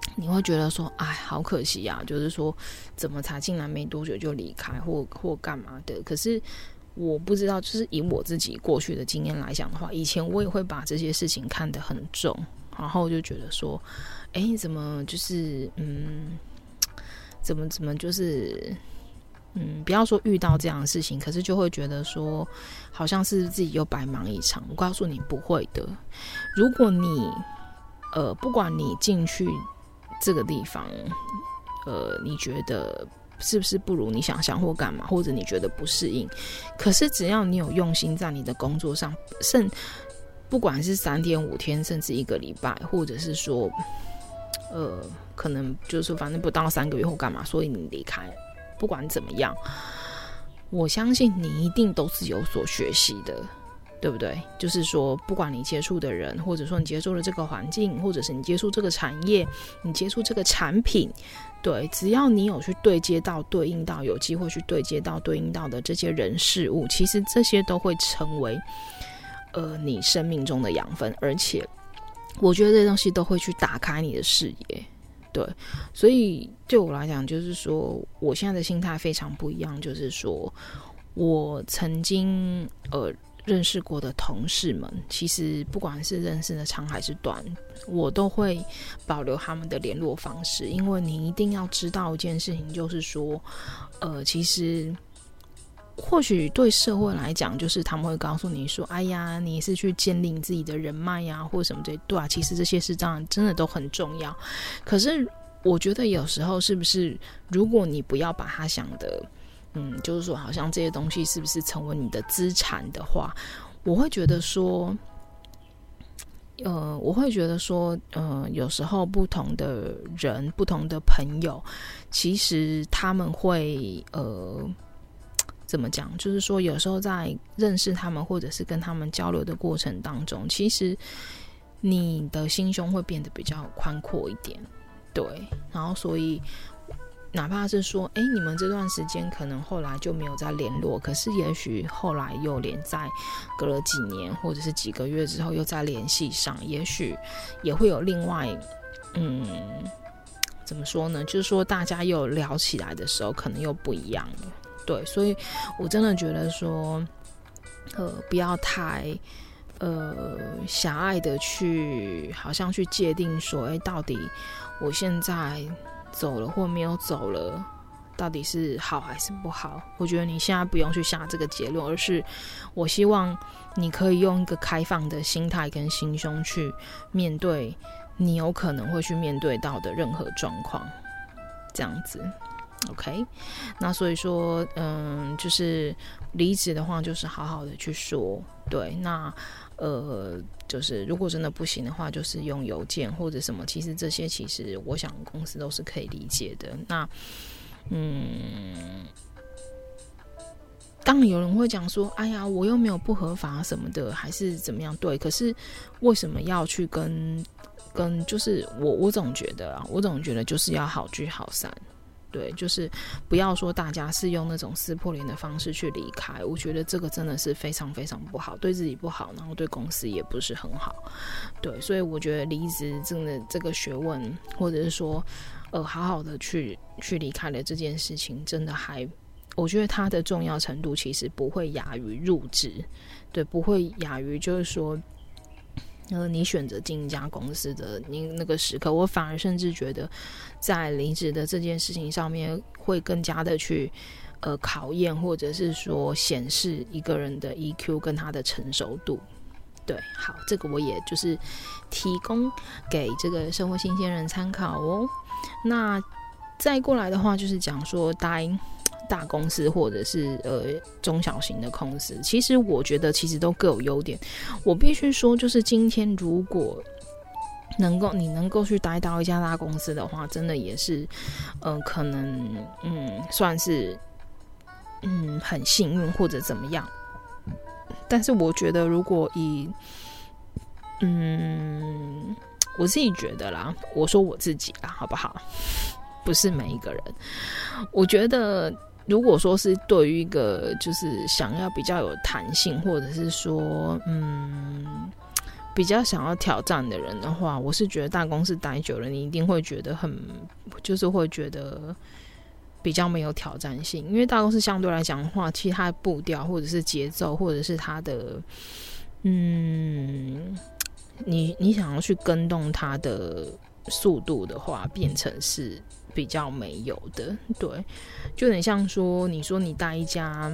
你会觉得说，哎，好可惜啊，就是说怎么才进来没多久就离开或或干嘛的。可是我不知道，就是以我自己过去的经验来讲的话，以前我也会把这些事情看得很重，然后就觉得说，哎，怎么就是嗯，怎么怎么就是嗯，不要说遇到这样的事情，可是就会觉得说，好像是自己又白忙一场。我告诉你不会的，如果你呃，不管你进去这个地方，呃，你觉得是不是不如你想象或干嘛，或者你觉得不适应，可是只要你有用心在你的工作上，甚不管是三天五天甚至一个礼拜，或者是说呃可能就是反正不到三个月或干嘛，所以你离开，不管怎么样，我相信你一定都是有所学习的，对不对？就是说不管你接触的人，或者说你接触的这个环境，或者是你接触这个产业，你接触这个产品，对，只要你有去对接到对应到有机会去对接到对应到的这些人事物，其实这些都会成为呃你生命中的养分，而且我觉得这些东西都会去打开你的视野。对，所以对我来讲，就是说我现在的心态非常不一样，就是说我曾经呃认识过的同事们，其实不管是认识的长还是短，我都会保留他们的联络方式，因为你一定要知道一件事情，就是说呃其实或许对社会来讲，就是他们会告诉你说，哎呀，你是去建立你自己的人脉呀，或者什么的，对啊，其实这些事当然真的都很重要。可是我觉得有时候是不是，如果你不要把它想的，嗯，就是说好像这些东西是不是成为你的资产的话，我会觉得说，呃，我会觉得说，呃，有时候不同的人、不同的朋友，其实他们会，呃。怎么讲？就是说，有时候在认识他们，或者是跟他们交流的过程当中，其实你的心胸会变得比较宽阔一点，对。然后，所以哪怕是说，哎，你们这段时间可能后来就没有再联络，可是也许后来又连在隔了几年或者是几个月之后又再联系上，也许也会有另外，嗯，怎么说呢？就是说，大家又聊起来的时候，可能又不一样了。对，所以我真的觉得说，呃，不要太呃狭隘的去，好像去界定说，哎，到底我现在走了或没有走了，到底是好还是不好？我觉得你现在不用去下这个结论，而是我希望你可以用一个开放的心态跟心胸去面对你有可能会去面对到的任何状况，这样子。OK， 那所以说，嗯，就是离职的话，就是好好的去说，对，那呃，就是如果真的不行的话，就是用邮件或者什么，其实这些其实我想公司都是可以理解的。那，嗯，当然有人会讲说，哎呀，我又没有不合法什么的，还是怎么样？对，可是为什么要去跟跟？就是我我总觉得啊，我总觉得就是要好聚好散。对，就是不要说大家是用那种撕破脸的方式去离开，我觉得这个真的是非常非常不好，对自己不好，然后对公司也不是很好。对，所以我觉得离职真的这个学问，或者是说，呃，好好的去去离开了这件事情，真的还，我觉得它的重要程度其实不会亚于入职，对，不会亚于就是说。呃，你选择进一家公司的你那个时刻，我反而甚至觉得，在离职的这件事情上面，会更加的去呃考验，或者是说显示一个人的 E Q 跟他的成熟度。对，好，这个我也就是提供给这个社会新鲜人参考哦。那再过来的话，就是讲说待大公司或者是呃中小型的公司，其实我觉得其实都各有优点。我必须说，就是今天如果能够你能够去待到一家大公司的话，真的也是呃可能嗯算是嗯很幸运或者怎么样。但是我觉得如果以嗯我自己觉得啦，我说我自己啦好不好，不是每一个人，我觉得如果说是对于一个就是想要比较有弹性，或者是说嗯比较想要挑战的人的话，我是觉得大公司待久了，你一定会觉得很，就是会觉得比较没有挑战性，因为大公司相对来讲的话，其实它的步调或者是节奏，或者是它的，嗯，你你想要去跟动它的速度的话，变成是比较没有的，对，就有点像说，你说你带一家，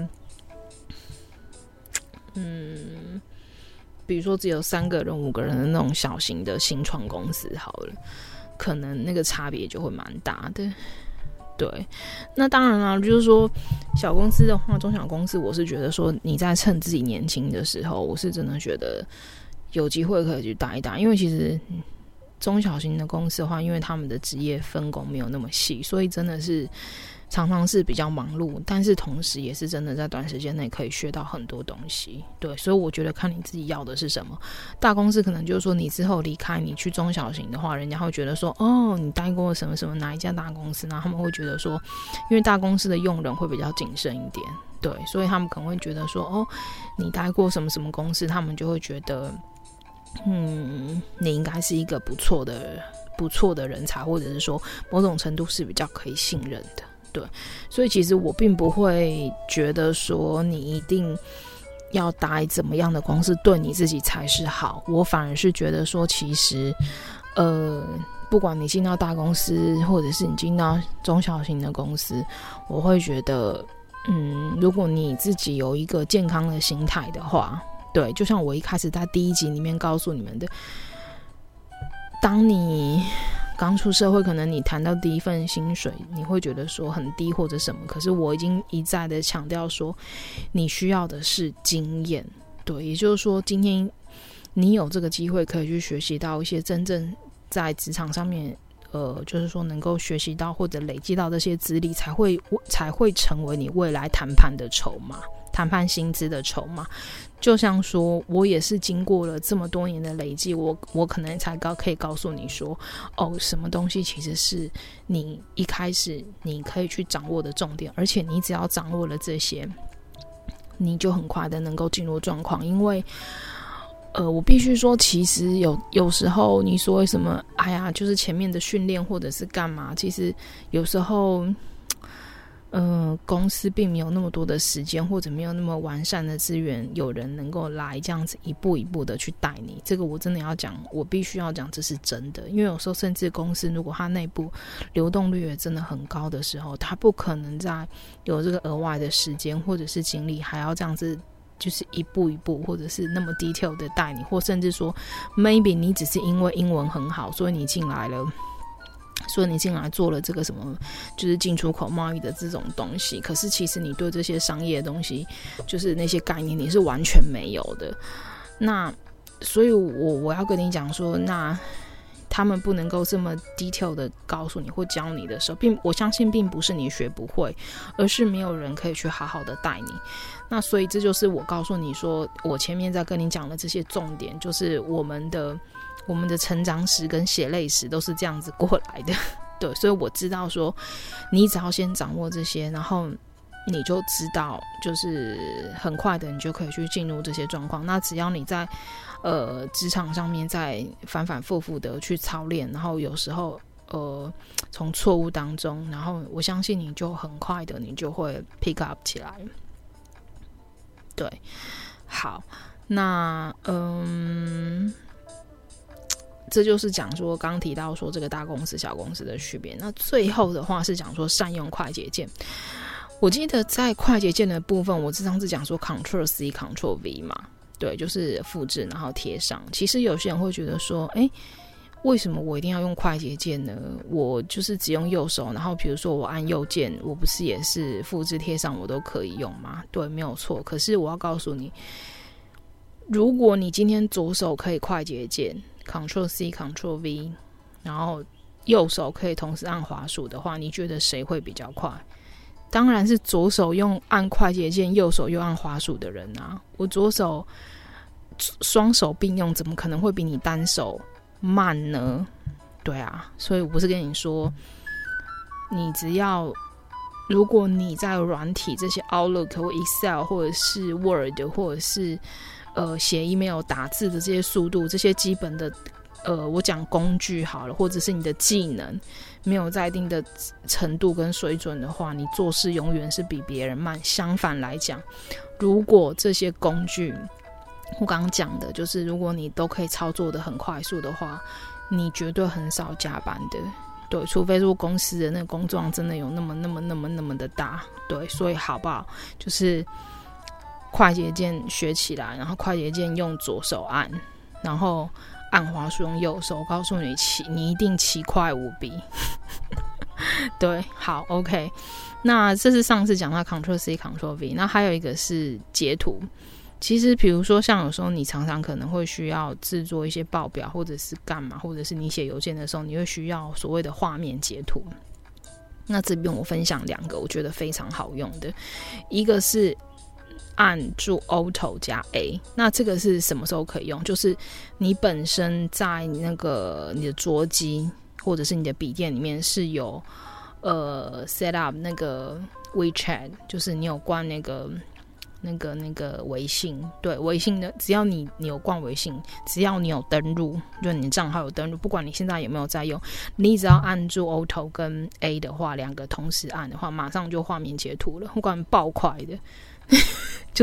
嗯，比如说只有三个人、五个人的那种小型的新创公司好了，可能那个差别就会蛮大的。对，那当然啦，就是说小公司的话，中小公司，我是觉得说你在趁自己年轻的时候，我是真的觉得有机会可以去打一打，因为其实中小型的公司的话，因为他们的职业分工没有那么细，所以真的是常常是比较忙碌，但是同时也是真的在短时间内可以学到很多东西。对，所以我觉得看你自己要的是什么。大公司可能就是说你之后离开，你去中小型的话，人家会觉得说，哦，你待过什么什么哪一家大公司，然后他们会觉得说，因为大公司的用人会比较谨慎一点，对，所以他们可能会觉得说，哦，你待过什么什么公司，他们就会觉得，嗯，你应该是一个不错的不错的人才，或者是说某种程度是比较可以信任的。对，所以其实我并不会觉得说你一定要待怎么样的公司对你自己才是好，我反而是觉得说，其实呃，不管你进到大公司，或者是你进到中小型的公司，我会觉得，嗯，如果你自己有一个健康的心态的话，对，就像我一开始在第一集里面告诉你们的，当你刚出社会，可能你谈到第一份薪水，你会觉得说很低或者什么，可是我已经一再的强调说，你需要的是经验。对，也就是说，今天你有这个机会可以去学习到一些真正在职场上面，呃，就是说能够学习到或者累积到这些资历，才会才会成为你未来谈判的筹码，谈判薪资的筹码。就像说我也是经过了这么多年的累积，我我可能才告可以告诉你说，哦，什么东西其实是你一开始你可以去掌握的重点，而且你只要掌握了这些，你就很快的能够进入状况。因为呃，我必须说，其实有有时候你说什么，哎呀，就是前面的训练或者是干嘛，其实有时候呃，公司并没有那么多的时间，或者没有那么完善的资源，有人能够来这样子一步一步的去带你。这个我真的要讲，我必须要讲，这是真的。因为有时候甚至公司如果它内部流动率也真的很高的时候，它不可能在有这个额外的时间或者是精力，还要这样子就是一步一步，或者是那么 detail 的带你，或甚至说 maybe 你只是因为英文很好，所以你进来了。所以你进来做了这个什么，就是进出口贸易的这种东西，可是其实你对这些商业的东西，就是那些概念你是完全没有的。那所以我我要跟你讲说，那他们不能够这么 detail 的告诉你或教你的时候，并我相信并不是你学不会，而是没有人可以去好好的带你。那所以这就是我告诉你说，我前面在跟你讲的这些重点，就是我们的我们的成长史跟血泪史都是这样子过来的。对，所以我知道说，你只要先掌握这些，然后你就知道，就是很快的你就可以去进入这些状况。那只要你在呃职场上面再反反复复的去操练，然后有时候呃从错误当中，然后我相信你就很快的你就会 pick up 起来。对，好，那嗯。这就是讲说刚刚提到说这个大公司小公司的区别。那最后的话是讲说善用快捷键。我记得在快捷键的部分，我上次讲说 Ctrl C Ctrl V 嘛，对，就是复制然后贴上。其实有些人会觉得说，哎，为什么我一定要用快捷键呢？我就是只用右手，然后比如说我按右键，我不是也是复制贴上我都可以用吗？对，没有错。可是我要告诉你，如果你今天左手可以快捷键Ctrl C Ctrl V， 然后右手可以同时按滑鼠的话，你觉得谁会比较快？当然是左手用按快捷键，右手又按滑鼠的人啊！我左手双手并用，怎么可能会比你单手慢呢？对啊，所以我不是跟你说，你只要如果你在软体这些 Outlook 或 Excel 或者是 Word 或者是呃写 email 打字的这些速度，这些基本的呃我讲工具好了，或者是你的技能没有在一定的程度跟水准的话，你做事永远是比别人慢。相反来讲，如果这些工具我刚刚讲的就是如果你都可以操作的很快速的话，你绝对很少加班的。对，除非说公司的那个工作量真的有那么那么那么那么的大。对，所以好不好，就是快捷键学起来，然后快捷键用左手按，然后按滑鼠用右手，我告诉你骑你一定骑快无比。对，好 OK。 那这是上次讲到 Ctrl C Ctrl V， 那还有一个是截图。其实比如说像有时候你常常可能会需要制作一些报表或者是干嘛，或者是你写邮件的时候你会需要所谓的画面截图。那这边我分享两个我觉得非常好用的，一个是按住 Auto 加 A， 那这个是什么时候可以用？就是你本身在那个你的桌机或者是你的笔电里面是有呃 set up 那个 WeChat， 就是你有关那个那个那个微信，对，微信的只要你你有逛微信，只要你有登录，就你账号有登录，不管你现在有没有在用，你只要按住 Auto 跟 A 的话，两个同时按的话，马上就画面截图了，不管爆快的。就是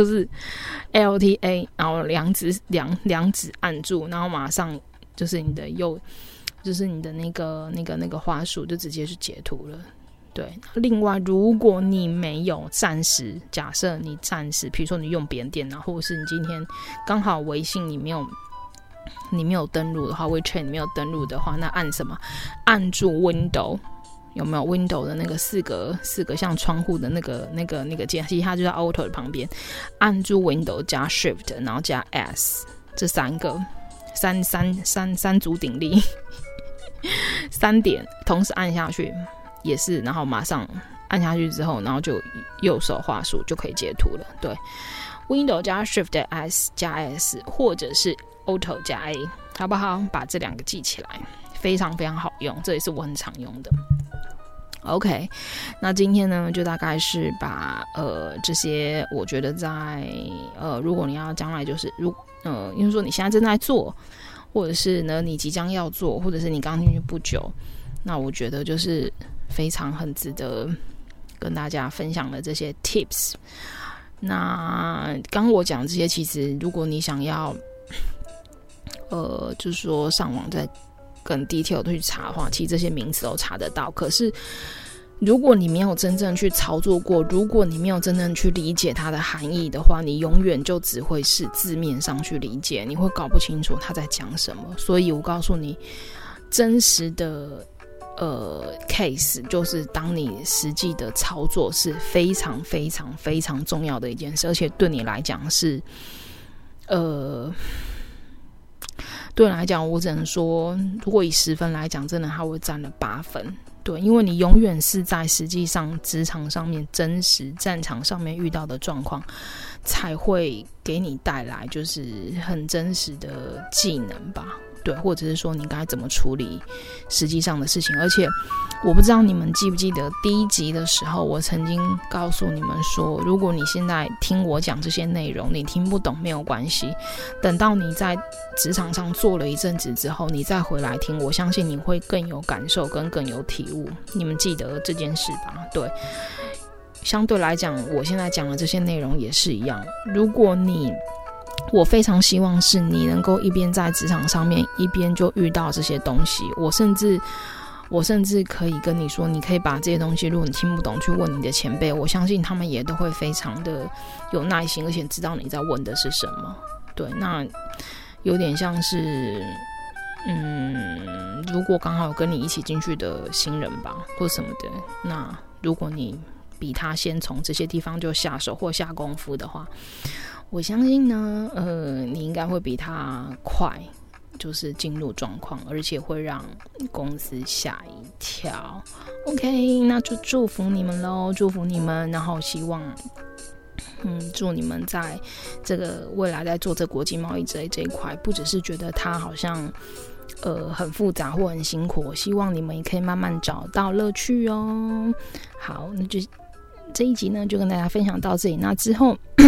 L T A， 然后两指两两指按住，然后马上就是你的右，就是你的那个那个那个滑鼠就直接是截图了。对，另外如果你没有暂时，假设你暂时，比如说你用别人电脑，或者是你今天刚好微信你没有你没有登录的话 ，WeChat 你没有登录的话，那按什么？按住 Window。有没有 Window 的那个四个四个像窗户的那个那个那个键，其实它就在 Auto 的旁边，按住 Window 加 Shift， 然后加 S， 这三个三三三三足鼎立，三点同时按下去也是，然后马上按下去之后，然后就右手滑鼠就可以截图了。对 ，Window 加 Shift S 加 S， 或者是 Auto 加 A， 好不好？把这两个记起来，非常非常好用，这也是我很常用的。OK， 那今天呢，就大概是把呃这些我觉得在呃，如果你要将来就是如呃，因为说你现在正在做，或者是呢你即将要做，或者是你刚进去不久，那我觉得就是非常很值得跟大家分享的这些 tips。那刚我讲这些，其实如果你想要呃，就是说上网再更 detail 的去查的话，其实这些名词都查得到。可是如果你没有真正去操作过，如果你没有真正去理解它的含义的话，你永远就只会是字面上去理解，你会搞不清楚他在讲什么。所以我告诉你，真实的呃 case 就是当你实际的操作是非常非常非常重要的一件事，而且对你来讲是呃对你来讲，我只能说，如果以十分来讲，真的他会占了八分。对，因为你永远是在实际上职场上面、真实战场上面遇到的状况，才会给你带来就是很真实的技能吧。对，或者是说你该怎么处理实际上的事情。而且我不知道你们记不记得第一集的时候，我曾经告诉你们说，如果你现在听我讲这些内容你听不懂没有关系，等到你在职场上做了一阵子之后，你再回来听，我相信你会更有感受跟更有体悟。你们记得这件事吧？对，相对来讲我现在讲的这些内容也是一样。如果你我非常希望是你能够一边在职场上面一边就遇到这些东西。我甚至我甚至可以跟你说，你可以把这些东西，如果你听不懂去问你的前辈，我相信他们也都会非常的有耐心，而且知道你在问的是什么。对，那有点像是嗯，如果刚好有跟你一起进去的新人吧或什么的，那如果你比他先从这些地方就下手或下功夫的话，我相信呢，呃，你应该会比他快，就是进入状况，而且会让公司吓一跳。OK， 那就祝福你们咯，祝福你们，然后希望，嗯，祝你们在这个未来在做这国际贸易这这一块，不只是觉得它好像呃很复杂或很辛苦，我希望你们也可以慢慢找到乐趣哦。好，那就这一集呢就跟大家分享到这里，那之后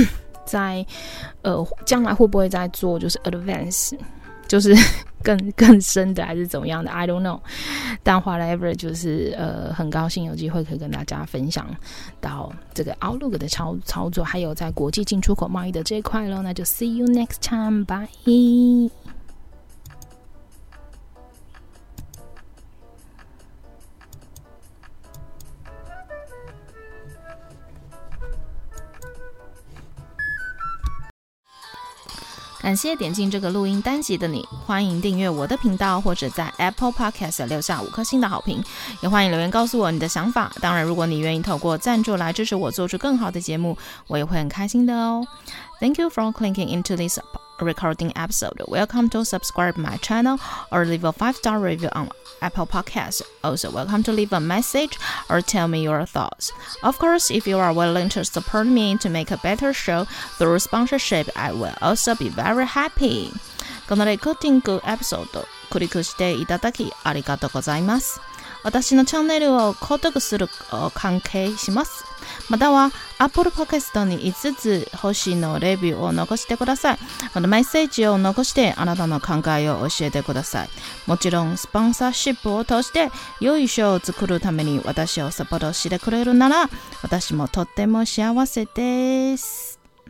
在呃将来会不会再做就是 advance， 就是更更深的还是怎么样的 I don't know， 但 whatever 就是呃很高兴有机会可以跟大家分享到这个 Outlook 的操操作，还有在国际进出口贸易的这一块咯。那就 see you next time， bye。感谢点进这个录音单集的你，欢迎订阅我的频道，或者在 Apple Podcast 留下五颗星的好评，也欢迎留言告诉我你的想法。当然，如果你愿意透过赞助来支持我做出更好的节目，我也会很开心的哦。Thank you for clicking into this recording episode. Welcome to subscribe my channel or leave a five-star review on Apple Podcasts. Also, welcome to leave a message or tell me your thoughts. Of course, if you are willing to support me to make a better show through sponsorship, I will also be very happy. このレコーディングエピソード、クリックしていただきありがとうございます。私のチャンネルを購読する関係します。または Apple Podcast にいつつ星のレビューを残してください。またメッセージを残してあなたの考えを教えてください。もちろんスポンサーシップを通して良いショーを作るために私をサポートしてくれるなら私もとっても幸せです。